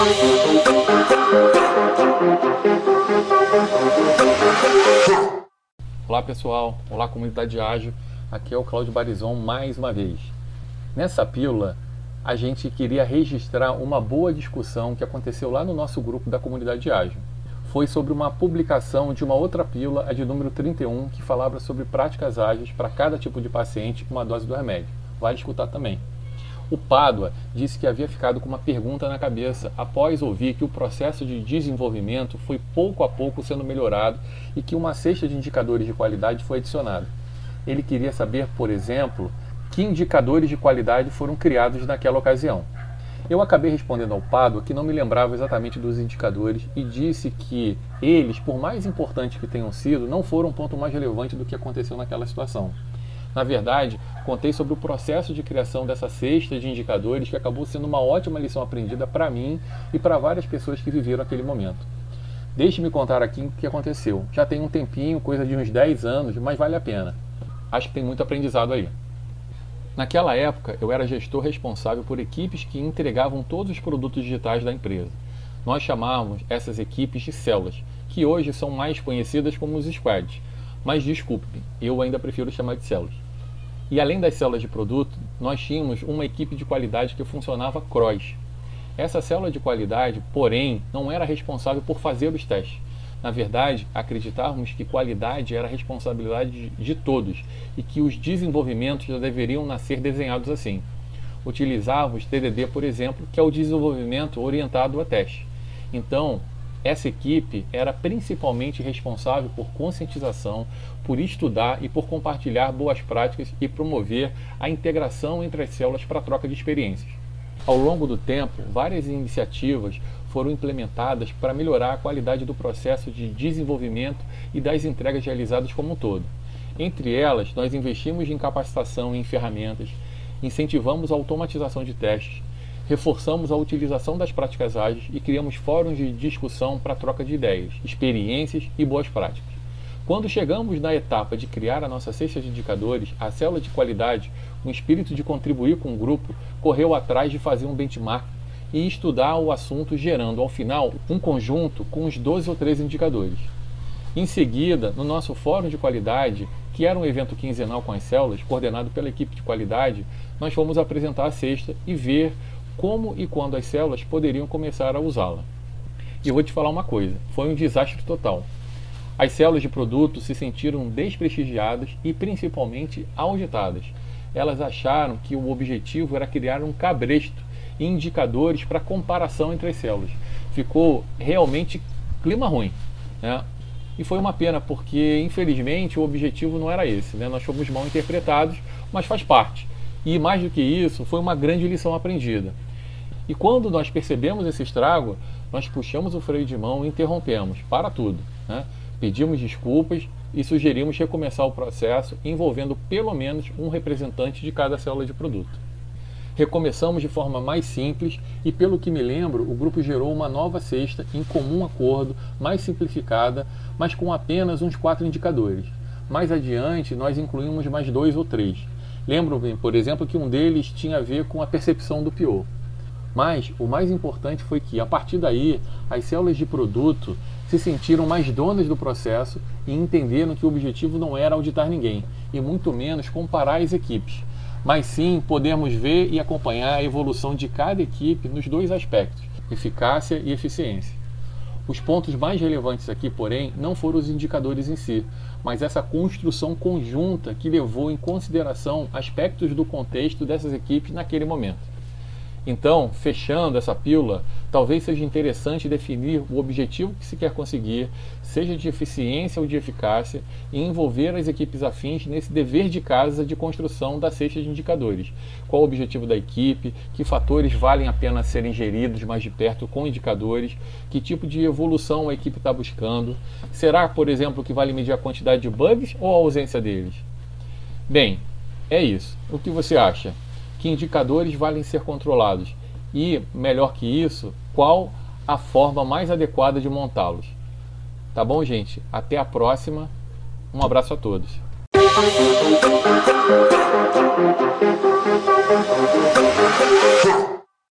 Olá pessoal, olá comunidade ágil, aqui é o Cláudio Barizon mais uma vez. Nessa pílula a gente queria registrar uma boa discussão que aconteceu lá no nosso grupo da comunidade ágil. Foi sobre uma publicação de uma outra pílula, a de número 31, que falava sobre práticas ágeis para cada tipo de paciente com uma dose do remédio. Vale escutar também. O Pádua disse que havia ficado com uma pergunta na cabeça após ouvir que o processo de desenvolvimento foi pouco a pouco sendo melhorado e que uma cesta de indicadores de qualidade foi adicionada. Ele queria saber, por exemplo, que indicadores de qualidade foram criados naquela ocasião. Eu acabei respondendo ao Pádua que não me lembrava exatamente dos indicadores e disse que eles, por mais importantes que tenham sido, não foram um ponto mais relevante do que aconteceu naquela situação. Na verdade, contei sobre o processo de criação dessa cesta de indicadores que acabou sendo uma ótima lição aprendida para mim e para várias pessoas que viveram aquele momento. Deixe-me contar aqui o que aconteceu. Já tem um tempinho, coisa de uns 10 anos, mas vale a pena. Acho que tem muito aprendizado aí. Naquela época, eu era gestor responsável por equipes que entregavam todos os produtos digitais da empresa. Nós chamávamos essas equipes de células, que hoje são mais conhecidas como os squads. Mas desculpe, eu ainda prefiro chamar de células. E além das células de produto, nós tínhamos uma equipe de qualidade que funcionava cross. Essa célula de qualidade, porém, não era responsável por fazer os testes. Na verdade, acreditávamos que qualidade era a responsabilidade de todos e que os desenvolvimentos já deveriam nascer desenhados assim. Utilizávamos TDD, por exemplo, que é o desenvolvimento orientado a teste. Então, essa equipe era principalmente responsável por conscientização, por estudar e por compartilhar boas práticas e promover a integração entre as células para a troca de experiências. Ao longo do tempo, várias iniciativas foram implementadas para melhorar a qualidade do processo de desenvolvimento e das entregas realizadas como um todo. Entre elas, nós investimos em capacitação e em ferramentas, incentivamos a automatização de testes, reforçamos a utilização das práticas ágeis e criamos fóruns de discussão para troca de ideias, experiências e boas práticas. Quando chegamos na etapa de criar a nossa cesta de indicadores, a célula de qualidade, com o espírito de contribuir com o grupo, correu atrás de fazer um benchmark e estudar o assunto, gerando ao final um conjunto com uns 12 ou 13 indicadores. Em seguida, no nosso fórum de qualidade, que era um evento quinzenal com as células, coordenado pela equipe de qualidade, nós fomos apresentar a cesta e ver como e quando as células poderiam começar a usá-la. E eu vou te falar uma coisa, foi um desastre total. As células de produto se sentiram desprestigiadas e principalmente auditadas. Elas acharam que o objetivo era criar um cabresto e indicadores para comparação entre as células. Ficou realmente clima ruim, né? E foi uma pena, porque infelizmente o objetivo não era esse, né? Nós fomos mal interpretados, mas faz parte. E mais do que isso, foi uma grande lição aprendida. E quando nós percebemos esse estrago, nós puxamos o freio de mão e interrompemos, para tudo, né? Pedimos desculpas e sugerimos recomeçar o processo envolvendo pelo menos um representante de cada célula de produto. Recomeçamos de forma mais simples e, pelo que me lembro, o grupo gerou uma nova cesta em comum acordo, mais simplificada, mas com apenas uns 4 indicadores. Mais adiante, nós incluímos mais 2 ou 3. Lembro-me, por exemplo, que um deles tinha a ver com a percepção do PO. Mas o mais importante foi que, a partir daí, as células de produto se sentiram mais donas do processo e entenderam que o objetivo não era auditar ninguém, e muito menos comparar as equipes, mas sim podermos ver e acompanhar a evolução de cada equipe nos 2 aspectos, eficácia e eficiência. Os pontos mais relevantes aqui, porém, não foram os indicadores em si, mas essa construção conjunta que levou em consideração aspectos do contexto dessas equipes naquele momento. Então, fechando essa pílula, talvez seja interessante definir o objetivo que se quer conseguir, seja de eficiência ou de eficácia, e envolver as equipes afins nesse dever de casa de construção da cesta de indicadores. Qual o objetivo da equipe, que fatores valem a pena serem geridos mais de perto com indicadores, que tipo de evolução a equipe está buscando, será, por exemplo, que vale medir a quantidade de bugs ou a ausência deles? Bem, é isso. O que você acha? Que indicadores valem ser controlados? E, melhor que isso, qual a forma mais adequada de montá-los? Tá bom, gente? Até a próxima. Um abraço a todos.